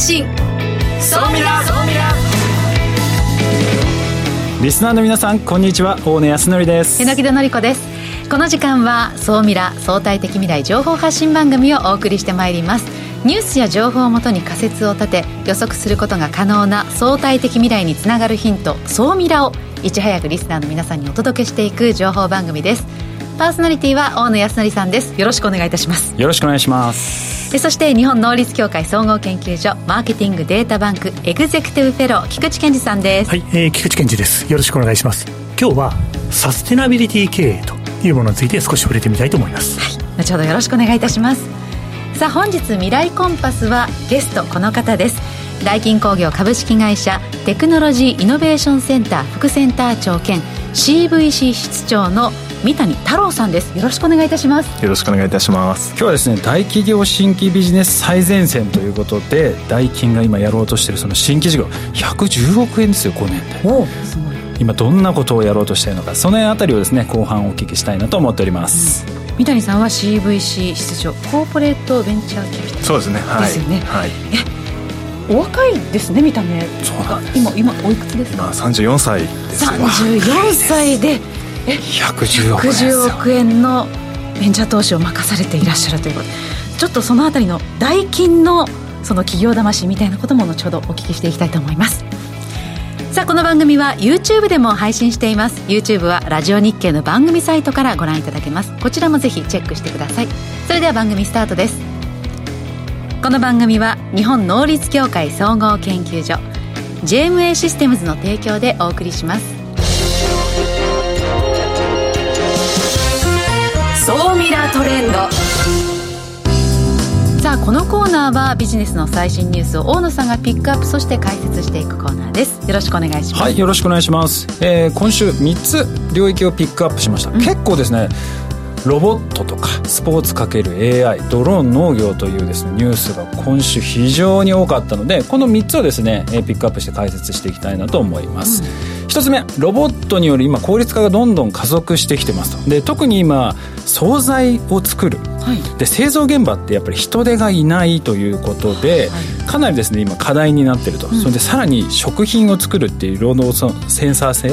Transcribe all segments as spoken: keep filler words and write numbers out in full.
信総ミラリスナーの皆さんこんにちは、大野康則です。 榎田典子です。この時間は総ミラ相対的未来情報発信番組をお送りしてまいります。ニュースや情報をもとに仮説を立て予測することが可能な相対的未来につながるヒント、総ミラをいち早くリスナーの皆さんにお届けしていく情報番組です。パーソナリティは大野康則さんです。よろしくお願いいたします。 よろしくお願いします。 そして日本能率協会総合研究所マーケティングデータバンクエグゼクティブフェロー菊池健二さんです。 はい、えー、菊池健二です。よろしくお願いします。今日はサステナビリティ経営というものについて少し触れてみたいと思います。 はい、後ほどよろしくお願いいたします。さあ本日未来コンパスはゲストこの方です。ダイキン工業株式会社テクノロジーイノベーションセンター副センター長兼 シーブイシー 室長の三谷太郎さんです。よろしくお願いいたします。 よろしくお願いいたします。 今日はですね、大企業新規ビジネス最前線ということで、ダイキンが今やろうとしているその新規事業ひゃくじゅうおくえんですよ、ごねんで。 おすごい。 今どんなことをやろうとしているのか、そのあたりをですね後半お聞きしたいなと思っております。 うん、三谷さんは シーブイシー 室長コーポレートベンチャーキャピタル。 そうですね、はい、 ですよね。 はい、 えお若いですね、見た目。 そうなんです。 今今おいくつですか？ まあ、さんじゅうよんさいですよ。 さんじゅうよんさいでひゃくじゅうおくえんですよ。 ひゃくじゅうおくえんのベンチャー投資を任されていらっしゃるということで、ちょっとそのあたりのダイキンのその企業魂みたいなことも後ほどお聞きしていきたいと思います。さあこの番組は YouTube でも配信しています。 YouTube はラジオ日経の番組サイトからご覧いただけます。こちらもぜひチェックしてください。それでは番組スタートです。この番組は日本能率協会総合研究所 ジェーエムエー システムズの提供でお送りします。 総ミラトレンド。 さあこのコーナーはビジネスの最新ニュースを大野さんがピックアップ、そして解説していくコーナーです。よろしくお願いします。 はい、よろしくお願いします。えー、今週みっつ領域をピックアップしました。うん、結構ですね、ロボットとかスポーツ×エーアイ、ドローン農業というですねニュースが今週非常に多かったので、このみっつをですねピックアップして解説していきたいなと思います。うん、ひとつめ、ロボットによる今効率化がどんどん加速してきてますと。で特に今惣菜を作る、はい、で製造現場ってやっぱり人手がいないということで、はい、かなりですね今課題になっていると。うん、それでさらに食品を作るっていう労働センサー性、うん、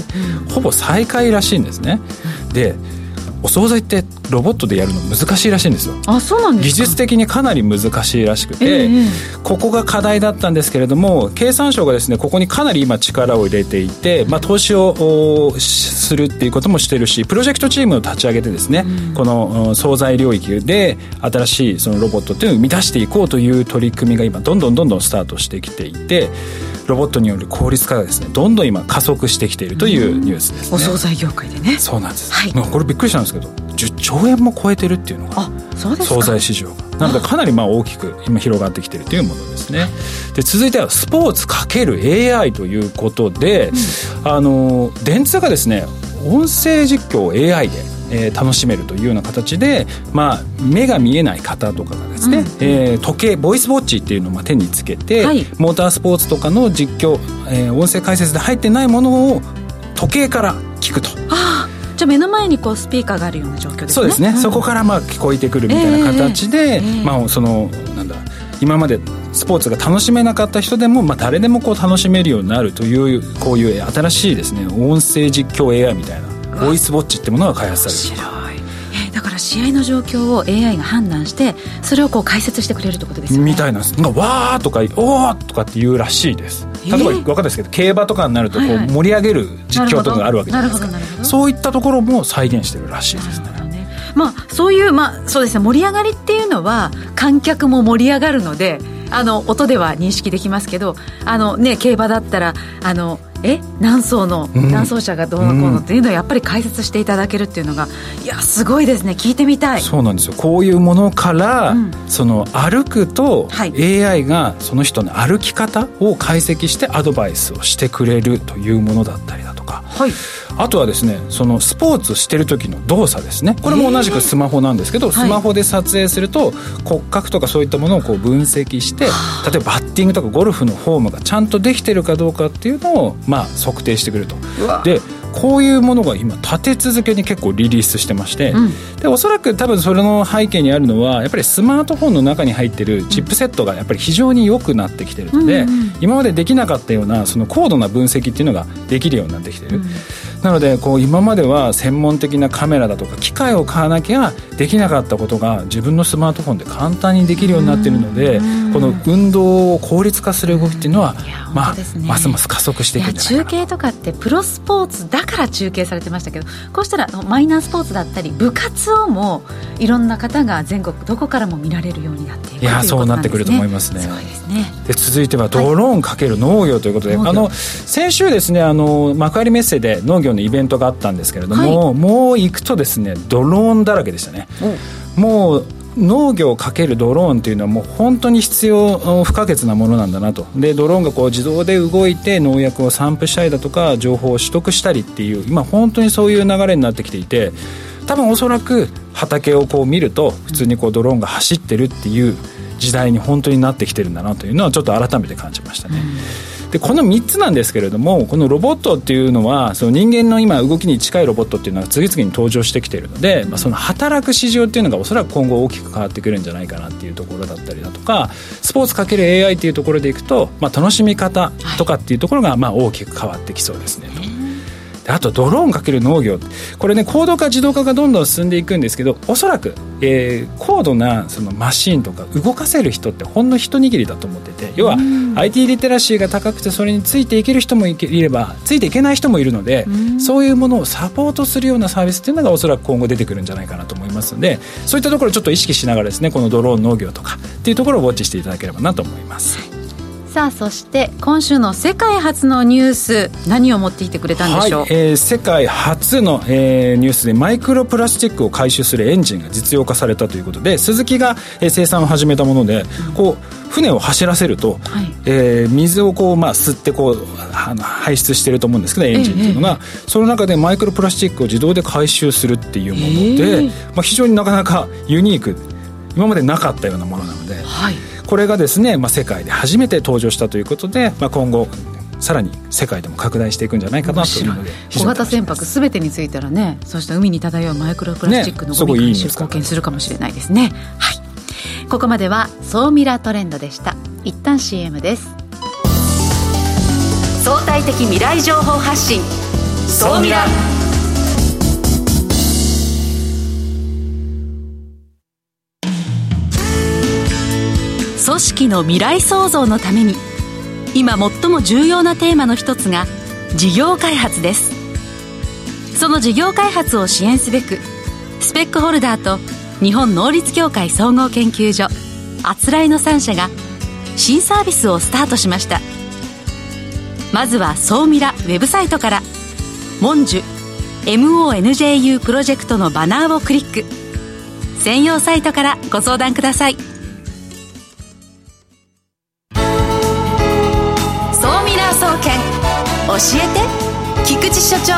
ほぼ最下位らしいんですね。うん、でお惣菜ってロボットでやるの難しいらしいんですよ。 あ、そうなんですか。 技術的にかなり難しいらしくて、えー、ここが課題だったんですけれども、経産省がですねここにかなり今力を入れていて、まあ、投資をするっていうこともしてるし、プロジェクトチームを立ち上げてですね、うん、この惣菜領域で新しいそのロボットっていうのを生み出していこうという取り組みが今どんどんどんどんスタートしてきていて、ロボットによる効率化がですねどんどん今加速してきているというニュースですね。 お惣菜業界でね。 そうなんです。 はい、 これびっくりしたんですけどじゅっちょうえんも超えてるっていうのが、 あ、そうですか。 惣菜市場がなのでかなりまあ大きく今広がってきているというものですね。で続いてはスポーツ×エーアイ ということで、うん、あの電通がですね音声実況を エーアイ でえー、楽しめるというような形で、まあ、目が見えない方とかがですね、うんえー、時計ボイスウォッチっていうのをまあ手につけて、はい、モータースポーツとかの実況、えー、音声解説で入ってないものを時計から聞くと。 あ、じゃあ目の前にこうスピーカーがあるような状況ですね。 そうですね、うん、そこからまあ聞こえてくるみたいな形で、えーまあ、そのなんだ今までスポーツが楽しめなかった人でも、まあ、誰でもこう楽しめるようになるというこういう新しいですね音声実況 エーアイ みたいなボイスウォッチってものが開発される。 面白い。えー、だから試合の状況を エーアイ が判断してそれをこう解説してくれるってことですよね。 みたいなんです。なんかわーとかおーとかって言うらしいです。例えば分かんないですけど、競馬とかになるとこう盛り上げる実況とかがあるわけじゃないですか。 なるほどなるほど。 そういったところも再現してるらしいですね。 まあ、そういう、まあ、そうですね、盛り上がりっていうのは観客も盛り上がるのであの音では認識できますけど、あの、ね、競馬だったらあのえ何走の何走者がどうのこうのっていうのをやっぱり解説していただけるっていうのが、いやすごいですね。聞いてみたい。 そうなんですよ。こういうものから、うん、その歩くと、はい、エーアイ がその人の歩き方を解析してアドバイスをしてくれるというものだったりだとか、はい、あとはですねそのスポーツしてる時の動作ですね。これも同じくスマホなんですけど、えー、スマホで撮影すると、はい、骨格とかそういったものをこう分析して、例えばバッティングとかゴルフのフォームがちゃんとできてるかどうかっていうのを、まあ、測定してくると。でこういうものが今立て続けに結構リリースしてまして、うん、でおそらく多分それの背景にあるのはやっぱりスマートフォンの中に入ってるチップセットがやっぱり非常に良くなってきてるので、うんうん、今までできなかったようなその高度な分析っていうのができるようになってきてる、うん、なのでこう今までは専門的なカメラだとか機械を買わなきゃできなかったことが自分のスマートフォンで簡単にできるようになっているので、この運動を効率化する動きっていうのは、まあ、ますます加速していくんじゃないかな。 中継とかってプロスポーツだから中継されてましたけど、こうしたらマイナースポーツだったり部活をもいろんな方が全国どこからも見られるようになっていくということなんですね。いやそうなってくると思いますね。そうですね。 で続いてはドローン×農業ということで、はい、あの先週ですね、あの幕張メッセで農業のイベントがあったんですけれども、はい、もう行くとですねドローンだらけでしたね。もう農業×ドローンというのはもう本当に必要不可欠なものなんだなと。でドローンがこう自動で動いて農薬を散布したりだとか情報を取得したりっていう今本当にそういう流れになってきていて、多分おそらく畑をこう見ると普通にこうドローンが走ってるっていう時代に本当になってきてるんだなというのはちょっと改めて感じましたね。でこのみっつなんですけれども、このロボットっていうのはその人間の今動きに近いロボットっていうのは次々に登場してきているので、まあ、その働く市場っていうのがおそらく今後大きく変わってくるんじゃないかなっていうところだったりだとか、スポーツ×エーアイ っていうところでいくと、まあ、楽しみ方とかっていうところがまあ大きく変わってきそうですねと。であとドローン×農業、これね高度化自動化がどんどん進んでいくんですけど、おそらく、えー、高度なそのマシーンとか動かせる人ってほんの一握りだと思ってて、要は アイティー リテラシーが高くてそれについていける人もいればついていけない人もいるので、そういうものをサポートするようなサービスっていうのがおそらく今後出てくるんじゃないかなと思いますので、そういったところをちょっと意識しながらですね、このドローン農業とかっていうところをウォッチしていただければなと思います。 さあそして今週の世界初のニュース、何を持ってきてくれたんでしょう。 はい、えー、世界初の、えー、ニュースでマイクロプラスチックを回収するエンジンが実用化されたということで、スズキが、えー、生産を始めたもので、うん、こう船を走らせると、はい、えー、水をこう、まあ、吸ってこうあの排出していると思うんですけど、エンジンというのが、えー、その中でマイクロプラスチックを自動で回収するっていうもので、えーまあ、非常になかなかユニーク、今までなかったようなものなので、はい、これがですね、まあ、世界で初めて登場したということで、まあ、今後さらに世界でも拡大していくんじゃないかなというので、 小型船舶すべてについたらね、そうした海に漂うマイクロプラスチックのゴミ回収貢献するかもしれないですね。はい、ここまでは総ミラトレンドでした。一旦 シーエム です。 相対的未来情報発信、総ミラ。 組織の未来創造のために今最も重要なテーマの一つが事業開発です。その事業開発を支援すべくスペックホルダーと日本能率協会総合研究所あつらいのさん社が新サービスをスタートしました。まずは総ミラウェブサイトからモンジュ エムオーエヌジェーユー プロジェクトのバナーをクリック、専用サイトからご相談ください。 教えて菊池所長。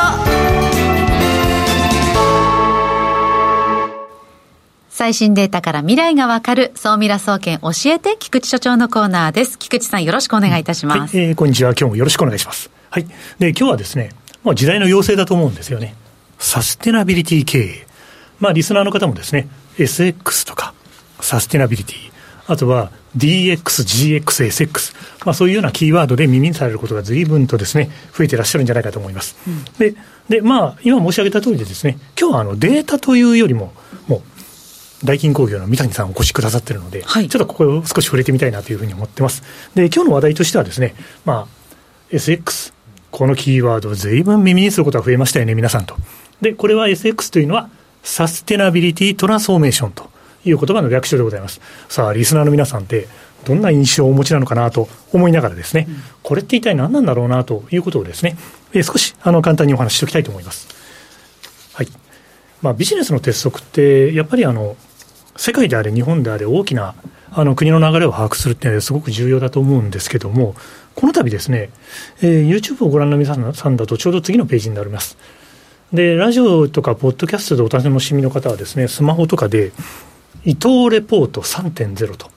最新データから未来がわかる総ミラ総研教えて菊池所長のコーナーです。菊池さん、よろしくお願いいたします。 はい、えー、こんにちは。今日もよろしくお願いします。はい、で今日はですね、もう時代の要請だと思うんですよね。サステナビリティ経営、まあリスナーの方もですね エスエックス とかサステナビリティ、あとは ディーエックス、ジーエックス、エスエックス、まあ、そういうようなキーワードで耳にされることが随分とですね増えていらっしゃるんじゃないかと思います。うん、で, でまあ今申し上げた通りでですね、今日はあのデータというよりももう大金工業の三谷さんお越しくださっているので、はい、ちょっとここを少し触れてみたいなというふうに思ってます。で今日の話題としてはですね、まあ エスエックス、 このキーワードを随分耳にすることが増えましたよね皆さんと。でこれは エスエックス というのはサステナビリティトランスフォーメーションという言葉の略称でございます。さあリスナーの皆さんってどんな印象をお持ちなのかなと思いながらですね、うん、これって一体何なんだろうなということをですね、えー、少しあの簡単にお話ししておきたいと思います。はい、まあ、ビジネスの鉄則ってやっぱりあの世界であれ日本であれ大きなあの国の流れを把握するっていうのはすごく重要だと思うんですけども、この度ですね、えー、YouTube をご覧の皆さんだとちょうど次のページになります。でラジオとかポッドキャストでお楽しみの方はですね、スマホとかで伊藤レポート さんてんゼロ と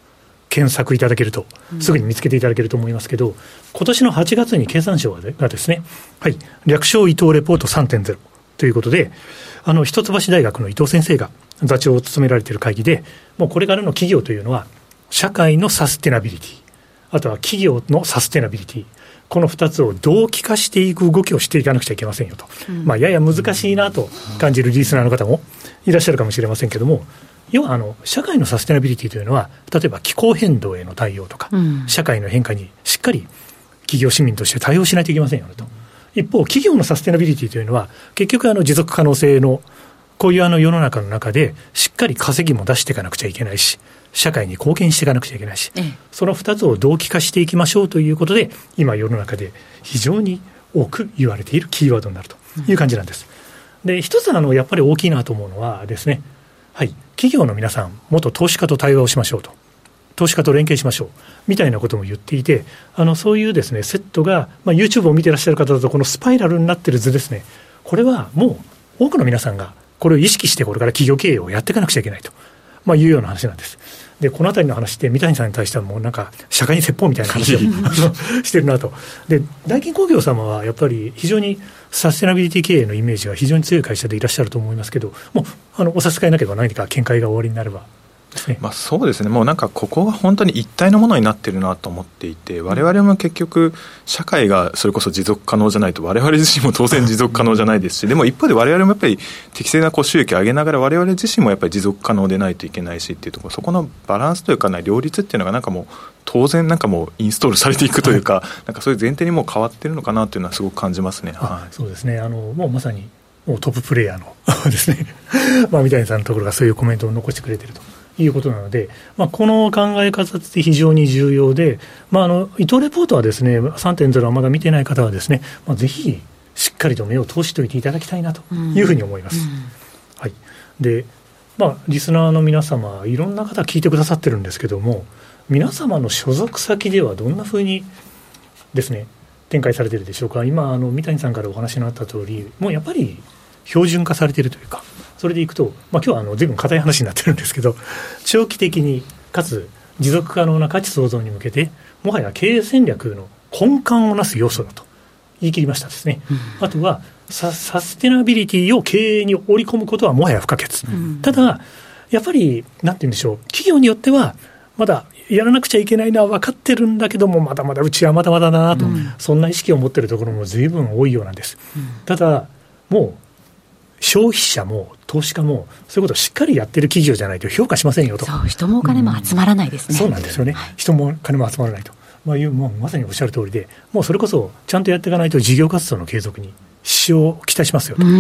検索いただけるとすぐに見つけていただけると思いますけど、うん、今年のはちがつに経産省がですね、はい、略称伊藤レポート さんてんゼロ ということで、あの一橋大学の伊藤先生が座長を務められている会議で、もうこれからの企業というのは社会のサステナビリティ、あとは企業のサステナビリティ、このふたつを同期化していく動きをしていかなくちゃいけませんよと、うん、まあ、やや難しいなと感じるリスナーの方もいらっしゃるかもしれませんけども、要はあの社会のサステナビリティというのは、例えば気候変動への対応とか、うん、社会の変化にしっかり企業市民として対応しないといけませんよねと。一方、企業のサステナビリティというのは結局あの持続可能性のこういうあの世の中の中でしっかり稼ぎも出していかなくちゃいけないし、社会に貢献していかなくちゃいけないし、ええ、そのふたつを同期化していきましょうということで、今世の中で非常に多く言われているキーワードになるという感じなんです、うん、で一つあのやっぱり大きいなと思うのはですね、はい、企業の皆さん元投資家と対話をしましょうと、投資家と連携しましょうみたいなことも言っていて、あのそういうですねセットが、まあ、YouTube を見てらっしゃる方だとこのスパイラルになっている図ですね、これはもう多くの皆さんがこれを意識してこれから企業経営をやっていかなくちゃいけないと、まあ、いうような話なんです。でこのあたりの話って三谷さんに対してはもうなんか社会に説法みたいな話をしてるなと。でダイキン工業様はやっぱり非常にサステナビリティ経営のイメージが非常に強い会社でいらっしゃると思いますけど、もうあのお差し支えなければ何か見解が終わりになればですね。 まあ、そうですね、もうなんかここは本当に一体のものになってるなと思っていて、我々も結局社会がそれこそ持続可能じゃないと我々自身も当然持続可能じゃないですし、でも一方で我々もやっぱり適正なこう収益を上げながら我々自身もやっぱり持続可能でないといけないしっていうところ、そこのバランスというか、ね、両立っていうのがなんかもう当然なんかもうインストールされていくというか、はい、なんかそういう前提にもう変わってるのかなというのはすごく感じますね。はい、 そうですね、あのもうまさにもうトッププレイヤーのですねまあ三谷さんのところがそういうコメントを残してくれているということなので、まあ、この考え方って非常に重要で、まあ、あの伊藤レポートはですね さんてんゼロ はまだ見てない方はですね、まあ、ぜひしっかりと目を通しておいていただきたいなというふうに思います、うんうん、はい。で、まあ、リスナーの皆様いろんな方聞いてくださってるんですけども、皆様の所属先ではどんなふうにですね展開されているでしょうか。今あの三谷さんからお話のあった通り、もうやっぱり標準化されているというか、それでいくと、まあ、今日はあの随分硬い話になってるんですけど、長期的にかつ持続可能な価値創造に向けてもはや経営戦略の根幹をなす要素だと言い切りましたですね、うん、あとは サ, サステナビリティを経営に織り込むことはもはや不可欠、うん、ただやっぱりなんて言うんでしょう、企業によってはまだやらなくちゃいけないのは分かってるんだけども、まだまだうちはまだまだだなと、うん、そんな意識を持っているところも随分多いようなんです、うん、ただもう消費者も投資家もそういうことをしっかりやってる企業じゃないと評価しませんよと。 そう、人もお金も集まらないですね、 うん、そうなんですよね、はい、人も金も集まらないと、まあ、いうもうまさにおっしゃる通りで、もうそれこそちゃんとやっていかないと事業活動の継続に支障をきたしますよと、うん、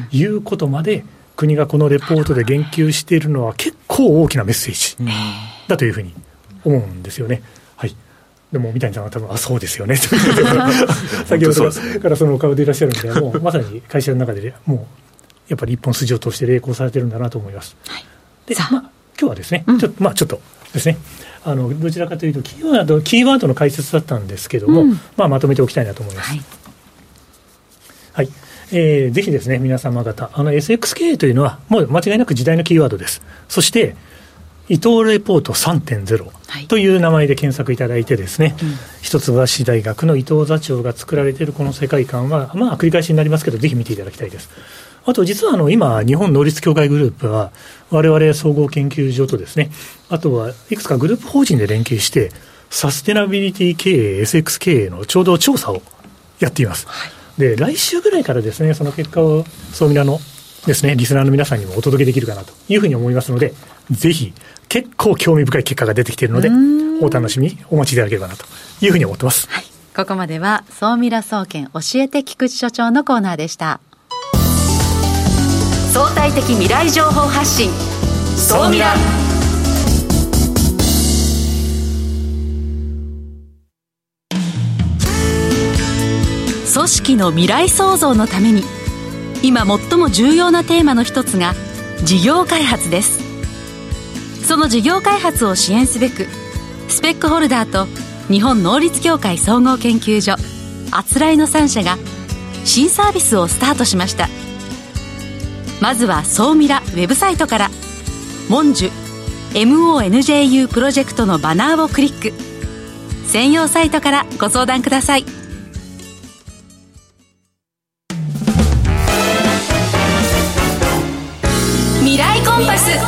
いうことまで国がこのレポートで言及しているのは結構大きなメッセージだというふうに思うんですよね、はい。でも三谷さんは多分あそうですよね先ほどからそのお顔でいらっしゃるので、もうまさに会社の中でもうやっぱり一本筋を通して励行されてるんだなと思います、はい。で、まあ、今日はですね、うん、ちょっとまあちょっとですね、あのどちらかというとキーワードキーワードの解説だったんですけども、うん、まあ、まとめておきたいなと思います、はい、はい。えー、ぜひですね皆様方、あの エスエックス 経営というのはもう間違いなく時代のキーワードです。そして伊藤レポート さんてんゼロ という名前で検索いただいてですね、はい、一橋大学の伊藤座長が作られているこの世界観は、まあ繰り返しになりますけどぜひ見ていただきたいです。あと実はあの今日本能率協会グループは我々総合研究所とですね、あとはいくつかグループ法人で連携してサステナビリティ経営 エスエックス 経営のちょうど調査をやっています、はい。で来週ぐらいからですねその結果を総ミラのですねリスナーの皆さんにもお届けできるかなというふうに思いますので、ぜひ結構興味深い結果が出てきているのでお楽しみにお待ちいただければなというふうに思ってます、はい。 ここまでは総ミラ総研教えて菊池所長のコーナーでした。 相対的未来情報発信総ミラ。 組織の未来創造のために今最も重要なテーマの一つが事業開発です。その事業開発を支援すべくスペックホルダーと日本能率協会総合研究所あつらいのさん社が新サービスをスタートしました。まずは総ミラウェブサイトからモンジュエムオーエヌジェーユー プロジェクトのバナーをクリック。専用サイトからご相談ください。 未来コンパス。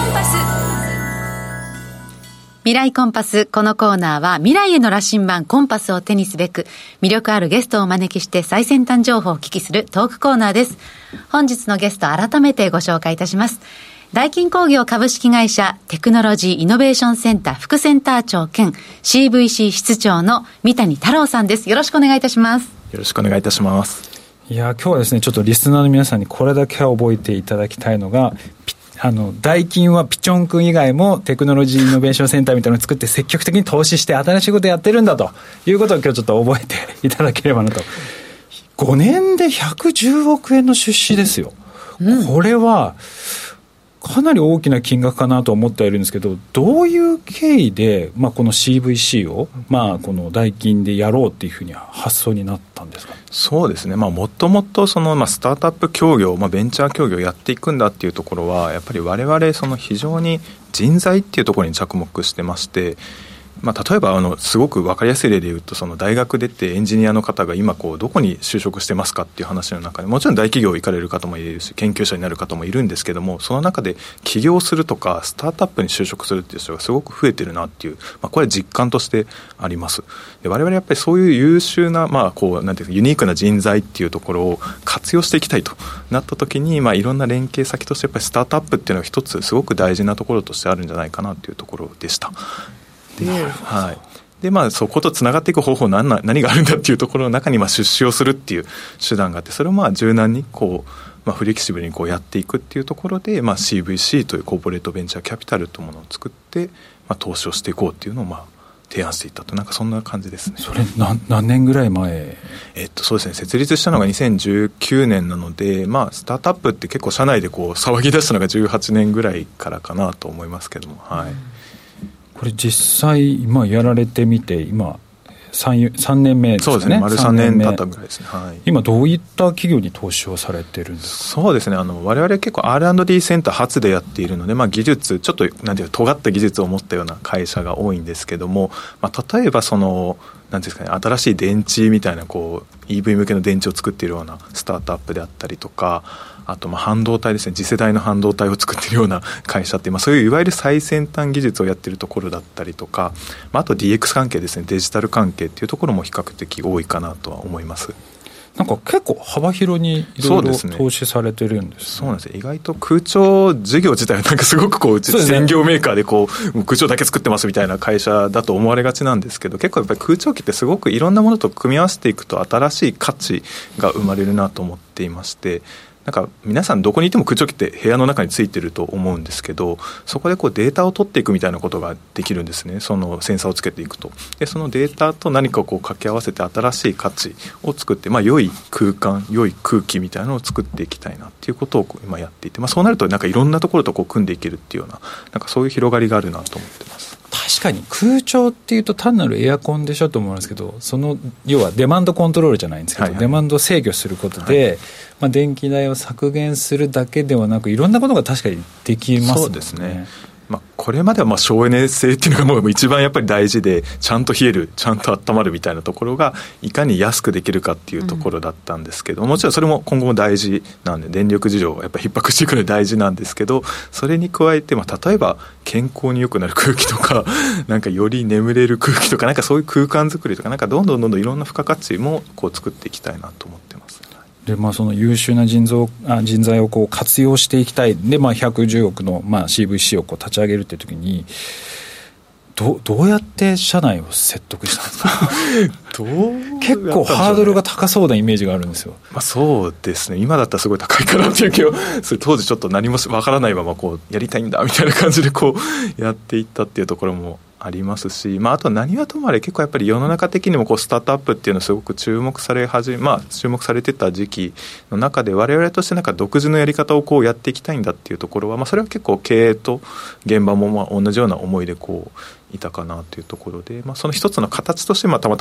未来コンパス。このコーナーは未来への羅針盤コンパスを手にすべく魅力あるゲストをお招きして最先端情報をお聞きするトークコーナーです。本日のゲスト改めてご紹介いたします。ダイキン工業株式会社テクノロジーイノベーションセンター副センター長兼 シーブイシー 室長の三谷太郎さんです。よろしくお願いいたします。 よろしくお願いいたします。 いや今日はですねちょっとリスナーの皆さんにこれだけは覚えていただきたいのが、あのダイキンはピチョン君以外もテクノロジーイノベーションセンターみたいなのを作って積極的に投資して新しいことやってるんだということを今日ちょっと覚えていただければなと。ごねんでひゃくじゅうおくえんの出資ですよ、うん、これはかなり大きな金額かなと思ってはいるんですけど、どういう経緯で、まあ、この シーブイシー を、まあ、このダイキンでやろうっていうふうに発想になったんですか？ そうですね、まあ、もともとその、まあ、スタートアップ協業、まあ、ベンチャー協業をやっていくんだっていうところはやっぱり我々その非常に人材っていうところに着目してまして、まあ、例えばあのすごく分かりやすい例で言うと、その大学出てエンジニアの方が今こうどこに就職してますかっていう話の中で、もちろん大企業行かれる方もいるし研究者になる方もいるんですけども、その中で起業するとかスタートアップに就職するっていう人がすごく増えてるなっていう、まあ、これは実感としてあります。で我々やっぱりそういう優秀な、まあ、こうなんていうかユニークな人材っていうところを活用していきたいとなった時に、まあ、いろんな連携先としてやっぱりスタートアップっていうのが一つすごく大事なところとしてあるんじゃないかなっていうところでした。で、はいでまあ、そことつながっていく方法 何, 何があるんだっていうところの中にまあ出資をするっていう手段があって、それをまあ柔軟にこう、まあ、フレキシブルにこうやっていくっていうところで、まあ、シーブイシー というコーポレートベンチャーキャピタルというものを作って、まあ、投資をしていこうっていうのをまあ提案していったと、なんかそんな感じですね。 それ 何, 何年ぐらい前？ えっとそうですね、設立したのがにせんじゅうきゅうねんなので、まあ、スタートアップって結構社内でこう騒ぎ出したのがじゅうはちねんぐらいからかなと思いますけども、はい、 これ実際今やられてみて今さん, さんねんめですね。 そうですね、丸さんねん経ったぐらいですね、はい、 今どういった企業に投資をされてるんですか？ そうですね、あの我々結構 アールアンドディー センター初でやっているので、まあ、技術ちょっとなんていうか尖った技術を持ったような会社が多いんですけども、まあ、例えばそのなんていうんですかね、新しい電池みたいなこう イーブイ 向けの電池を作っているようなスタートアップであったりとか、あとまあ半導体ですね、次世代の半導体を作っているような会社って、まあ、そういういわゆる最先端技術をやっているところだったりとか、まあ、あと ディーエックス 関係ですね、デジタル関係っていうところも比較的多いかなとは思います。 なんか結構幅広にいろいろ投資されてるんですね。 そうなんですね、意外と空調事業自体はなんかすごくこううち専業メーカーでこう空調だけ作ってますみたいな会社だと思われがちなんですけど、結構やっぱり空調機ってすごくいろんなものと組み合わせていくと新しい価値が生まれるなと思っていまして、なんか皆さんどこにいても空調機って部屋の中についてると思うんですけど、そこでこうデータを取っていくみたいなことができるんですね。そのセンサーをつけていくと、でそのデータと何かをこう掛け合わせて新しい価値を作って、まあ、良い空間良い空気みたいなのを作っていきたいなっていうことを今やっていて、まあ、そうなるとなんかいろんなところとこう組んでいけるっていうような、なんかそういう広がりがあるなと思ってます。 確かに空調っていうと単なるエアコンでしょと思うんですけど、その要はデマンドコントロールじゃないんですけど、はいはい、デマンドを制御することで、はい、まあ、電気代を削減するだけではなくいろんなことが確かにできますもんね。 そうですね、まあ、これまではまあ省エネ性っていうのがもう一番やっぱり大事で、ちゃんと冷えるちゃんと温まるみたいなところがいかに安くできるかっていうところだったんですけど、うん、もちろんそれも今後も大事なんで、電力事情がやっぱり逼迫していくので大事なんですけど、それに加えて、まあ、例えば健康に良くなる空気とかなんかより眠れる空気とか、なんかそういう空間作りとか、なんかどんどんどんどんいろんな付加価値もこう作っていきたいなと思ってます。 でまあ、その優秀な人材あ人材をこう活用していきたいで、まあ、ひゃくじゅうおくのまあ シーブイシー をこう立ち上げるっていう時に ど, どうやって社内を説得したんですか？どう結構ハードルが高そうなイメージがあるんですよ。 まあ、そうですね、今だったらすごい高いかなっていう気がそれ当時ちょっと何もわからないままこうやりたいんだみたいな感じでこうやっていったっていうところもありますし、まあ、あと何はともあれ結構やっぱり世の中的にもこうスタートアップっていうのをすごく注目され始め、まあ、注目されてた時期の中で我々としてなんか独自のやり方をこうやっていきたいんだっていうところは、まあ、それは結構経営と現場もまあ同じような思いでこういたかなというところで、まあ、その一つの形としてまあたまたま シーブイ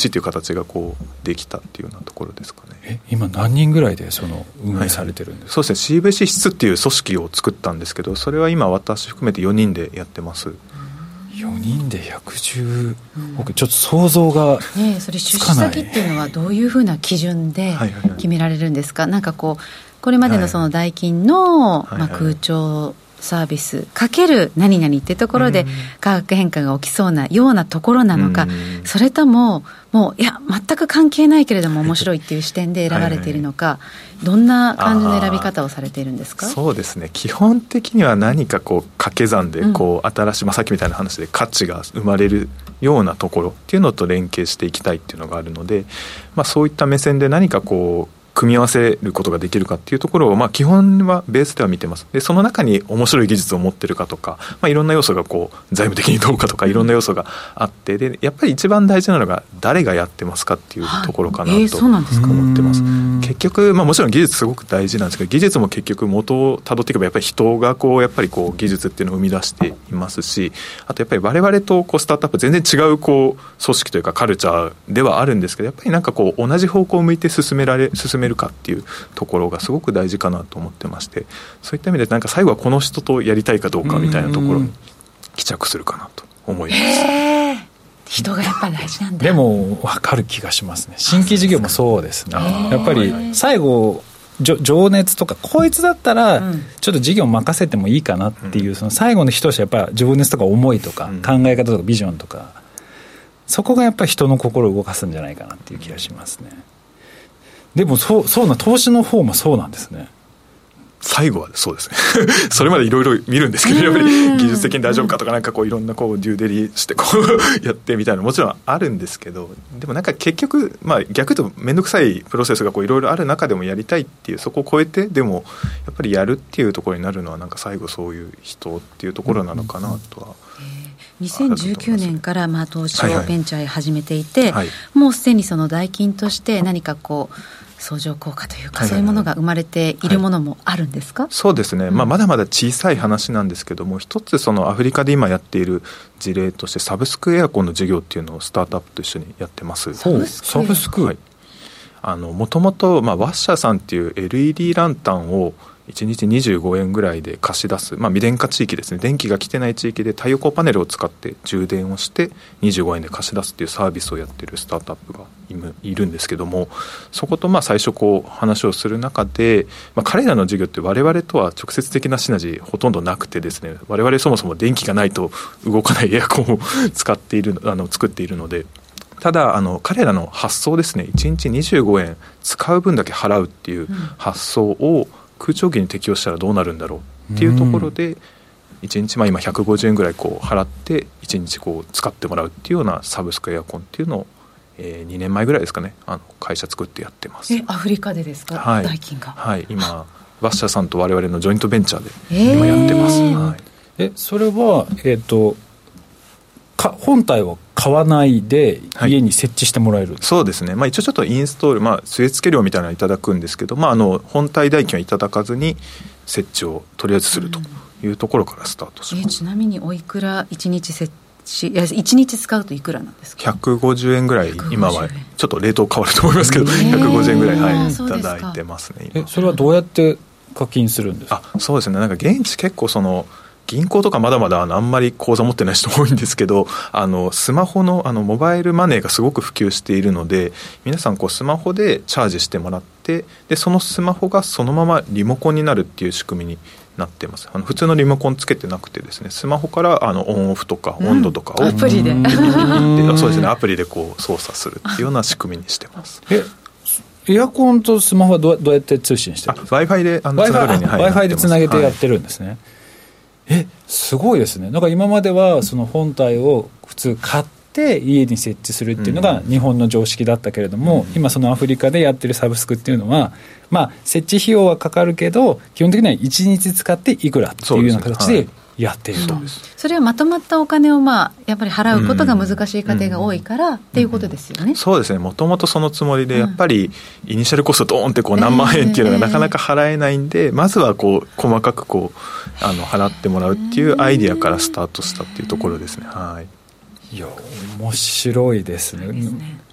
シー という形がこうできたっていうようなところですかね。 え今何人ぐらいでその運営されてるんですか？はい、そうですね、 シーブイシー 室っていう組織を作ったんですけど、それは今私含めてよにんでやってます。 よにんでひゃくじゅうおく、うん、ちょっと想像がつかない、 ね、それ出資先っていうのはどういうふうな基準で決められるんですか？なんかこうこれまでのその代金の、はいまあ、空調サービスかける何々っていうところで価格変化が起きそうなようなところなのか、それとももういや全く関係ないけれども面白いっていう視点で選ばれているのか、はいはい、どんな感じの選び方をされているんですか？ そうですね、基本的には何かこう掛け算でこう新しい、うんまあ、さっきみたいな話で価値が生まれるようなところっていうのと連携していきたいっていうのがあるので、まあ、そういった目線で何かこう組み合わせることができるかっていうところを、まあ、基本はベースでは見てます。でその中に面白い技術を持ってるかとか、まあ、いろんな要素がこう財務的にどうかとかいろんな要素があって、でやっぱり一番大事なのが誰がやってますかっていうところかなと思ってます。結局、まあ、もちろん技術すごく大事なんですけど、技術も結局元をたどっていけばやっぱり人がこうやっぱりこう技術っていうのを生み出していますし、あとやっぱり我々とこうスタートアップ全然違うこう組織というかカルチャーではあるんですけど、やっぱりなんかこう同じ方向を向いて進められ進めるかっていうところがすごく大事かなと思ってまして、そういった意味でなんか最後はこの人とやりたいかどうかみたいなところに帰着するかなと思います。 へー、人がやっぱり大事なんだ。 でも分かる気がしますね。新規事業もそうですね。やっぱり最後情熱とかこいつだったらちょっと事業任せてもいいかなっていう、その最後の一押しはやっぱ情熱とか思いとか考え方とかビジョンとか、そこがやっぱり人の心を動かすんじゃないかなっていう気がしますね。でもそう、そうな投資の方もそうなんですね。 最後はそうですねそれまでいろいろ見るんですけど、やっぱり技術的に大丈夫かとか、なんかこういろんなこうデューデリしてこうやってみたいなもちろんあるんですけど、でもなんか結局、まあ、逆に言うと面倒くさいプロセスがいろいろある中でもやりたいっていう、そこを超えてでもやっぱりやるっていうところになるのは、なんか最後そういう人っていうところなのかなとは、うんにせんじゅうきゅうねんからまあ投資をベンチャーへ始めていて、はいはい、もうすでにその代金として何かこう相乗効果というか、はいはいはい、そういうものが生まれているものもあるんですか？ はい、そうですね、まあ、まだまだ小さい話なんですけども、一つそのアフリカで今やっている事例としてサブスクエアコンの事業っていうのをスタートアップと一緒にやってます。 サブスク、サブスク、 はい、あのもともとワッシャーさんっていう エルイーディー ランタンをいちにちにじゅうごえんぐらいで貸し出す、まあ、未電化地域ですね、電気が来てない地域で太陽光パネルを使って充電をしてにじゅうごえんで貸し出すっていうサービスをやってるスタートアップがいるんですけども、そことまあ最初こう話をする中で、まあ、彼らの事業って我々とは直接的なシナジーほとんどなくてですね、我々そもそも電気がないと動かないエアコンを使っているあの作っているので、ただあの彼らの発想ですね、いちにちにじゅうごえん使う分だけ払うっていう発想を空調機に適用したらどうなるんだろうっていうところで、いちにちまあ今ひゃくごじゅうえんぐらいこう払っていちにちこう使ってもらうっていうようなサブスクエアコンっていうのを、えー、にねんまえぐらいですかね、あの会社作ってやってます。 えアフリカでですか？ はい、 代金が、 はい、今ワッシャーさんと我々のジョイントベンチャーで今やってます。えーはい、 えそれは、えーとか本体を買わないで家に設置してもらえる、はい、 そうですね、まあ、一応ちょっとインストール、まあ、据え付け料みたいなのをいただくんですけど、まあ、あの本体代金はいただかずに設置をとりあえずするというところからスタートします。 えちなみにおいくらいちにち設置、いやいちにち使うといくらなんですか？ ひゃくごじゅうえんぐらい、今はちょっとレート変わると思いますけど、ひゃくごじゅうえんぐらい、はい、いただいてますね。今えそれはどうやって課金するんですか？ あそうですね、なんか現地結構その銀行とかまだまだあのあんまり口座持ってない人多いんですけど、あのスマホのあのモバイルマネーがすごく普及しているので、皆さんこうスマホでチャージしてもらって、でそのスマホがそのままリモコンになるっていう仕組みになってます。あの普通のリモコンつけてなくてですね、スマホからあのオンオフとか温度とかを、 うん、アプリでそうですね、アプリでこう操作するっていうような仕組みにしてます。 えエアコンとスマホはどう、どうやって通信してるんですか？ Wi-Fi であのつながるように、はい、 Wi-Fi でつなげてやってるんですね、はい。えすごいですね。なんか今まではその本体を普通買って家に設置するっていうのが日本の常識だったけれども、うん、今そのアフリカでやってるサブスクっていうのは、まあ、設置費用はかかるけど基本的にはいちにち使っていくらっていうような形でやっていると。 そ, う、それはまとまったお金を、まあ、やっぱり払うことが難しい家庭が多いから、うん、っていうことですよね、うんうん、 そうですね、もともとそのつもりでやっぱりイニシャルコストドーンってこう何万円っていうのがなかなか払えないんで、えー、まずはこう細かくこうあの払ってもらうっていうアイディアからスタートしたっていうところですね。はい、 いや面白いですね。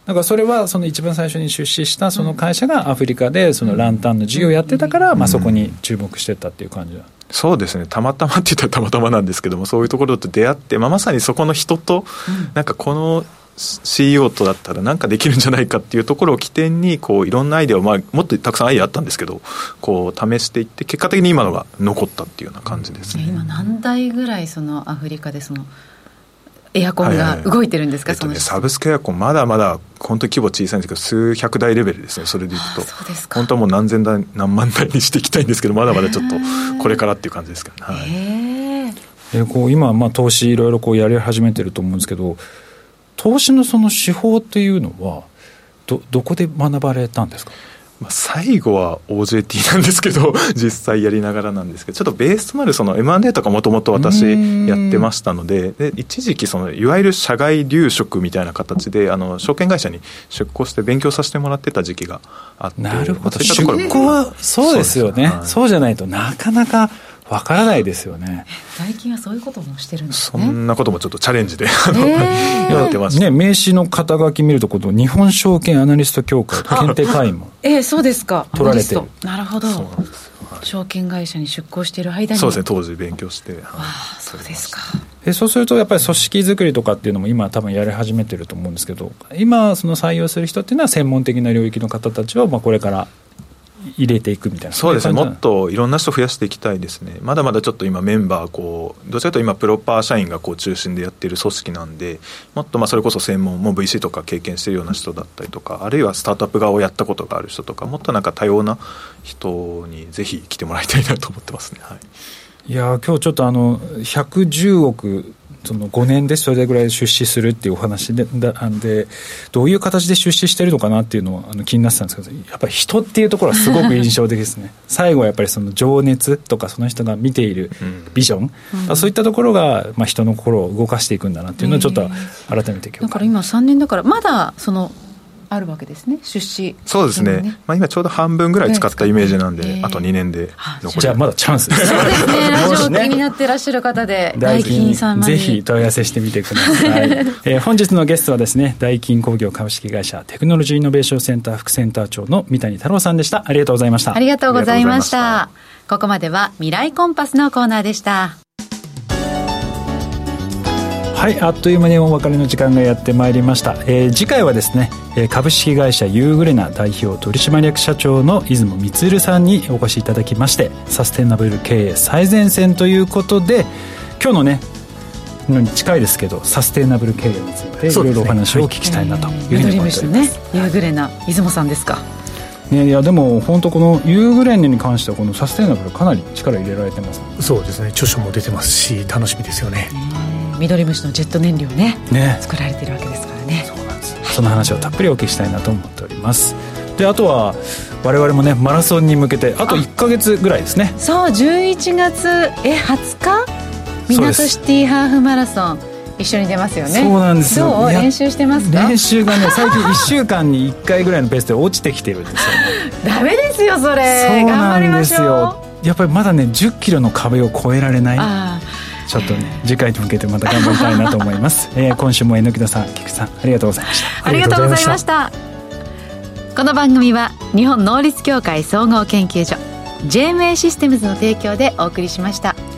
だからそれはその一番最初に出資したその会社がアフリカでそのランタンの事業をやってたから、まあ、そこに注目してったっていう感じだ。 そうですね、たまたまって言ったらたまたまなんですけども、そういうところと出会って、まあ、まさにそこの人と、うん、なんかこの シーイーオー とだったらなんかできるんじゃないかっていうところを起点にこういろんなアイデアを、まあ、もっとたくさんアイデアあったんですけど、こう試していって結果的に今のが残ったっていうような感じですね。 今何台ぐらいそのアフリカでそのエアコンが動いてるんですか？ はいはいはい、えっとね、サブスクエアコンまだまだ本当に規模小さいんですけど数百台レベルですね。それでいくとそうですか。 本当はもう何千台何万台にしていきたいんですけど、まだまだちょっとこれからっていう感じですけど、ね。はい、 えー、こう今、まあ、投資いろいろこうやり始めてると思うんですけど、投資のその手法っていうのは ど, どこで学ばれたんですか？ まあ、最後は オージェーティー なんですけど実際やりながらなんですけど、ちょっとベースとなるその エムアンドエー とかもともと私やってましたの で, で一時期そのいわゆる社外留職みたいな形であの証券会社に出向して勉強させてもらってた時期があって。 なるほど、出向はそうですよね。 そうです、はい、そうじゃないとなかなかわからないですよね。 最近はそういうこともしてるんですね。そんなこともちょっとチャレンジで、 えー、やってました、ね、名刺の肩書き見るとこの日本証券アナリスト協会検定会員もえー、そうですか。 取られてる。 なるほど。そうなんです、はい、証券会社に出向している間に。 そうですね、当時勉強して、はい、 あそうですか。 えそうするとやっぱり組織作りとかっていうのも今多分やり始めてると思うんですけど、今その採用する人っていうのは専門的な領域の方たちをまあこれから入れていくみたいな。 そうですね、もっといろんな人増やしていきたいですね。まだまだちょっと今メンバーこうどちらかというと今プロパー社員がこう中心でやっている組織なんで、もっとまあそれこそ専門も ブイシー とか経験しているような人だったりとか、あるいはスタートアップ側をやったことがある人とか、もっとなんか多様な人にぜひ来てもらいたいなと思ってますね。はい、 いや今日ちょっとあのひゃくじゅうおくそのごねんでそれぐらい出資するっていうお話 で, でどういう形で出資してるのかなっていうのをあの気になってたんですけど、やっぱり人っていうところはすごく印象的ですね。最後はやっぱりその情熱とかその人が見ているビジョン、うん、そういったところがまあ人の心を動かしていくんだなっていうのをちょっと改めて今日、 だから今さんねんだからまだそのあるわけですね、出資。 そうですね、ね、まあ、今ちょうど半分ぐらい使ったイメージなんで、ね、あとにねんで残り。 じゃあまだチャンスですそうですね、ラジオ気になってらっしゃる方でダイキンさんまでぜひ問い合わせしてみてください、えー、本日のゲストはですね、ダイキン工業株式会社テクノロジーイノベーションセンター副センター長の三谷太郎さんでした。ありがとうございました。 ありがとうございました。ここまでは未来コンパスのコーナーでした。 はい、あっという間にお別れの時間がやってまいりました、えー、次回はですね、株式会社ユーグレナ代表取締役社長の出雲充さんにお越しいただきまして、サステナブル経営最前線ということで、今日のねのに近いですけどサステナブル経営についていろいろお話をお聞きしたいなというふうに思っております。 ね、ユーグレナ出雲さんですか。 ね、いやでも本当このユーグレナに関してはこのサステナブルかなり力入れられてます、ね、 そうですね、著書も出てますし楽しみですよね。 緑虫のジェット燃料 ね, ね作られてるわけですからね。 そうなんです、はい、その話をたっぷりお聞きしたいなと思っております。であとは我々もねマラソンに向けてあといっかげつぐらいですね。 そうじゅういちがつえはつか港シティハーフマラソン一緒に出ますよね。 そうなんですよ。 そう練習してますか。 練習がね最近いっしゅうかんにいっかいぐらいのペースで落ちてきてるんですよね。 ダメですよそれ。 そうなんですよ。やっぱりまだねじゅっキロの壁を越えられない。あちょっとね次回に向けてまた頑張りたいなと思います、えー、今週も榎田さん菊池さんありがとうございました。 ありがとうございました。この番組は日本能率協会総合研究所 ジェーエムエー システムズの提供でお送りしました。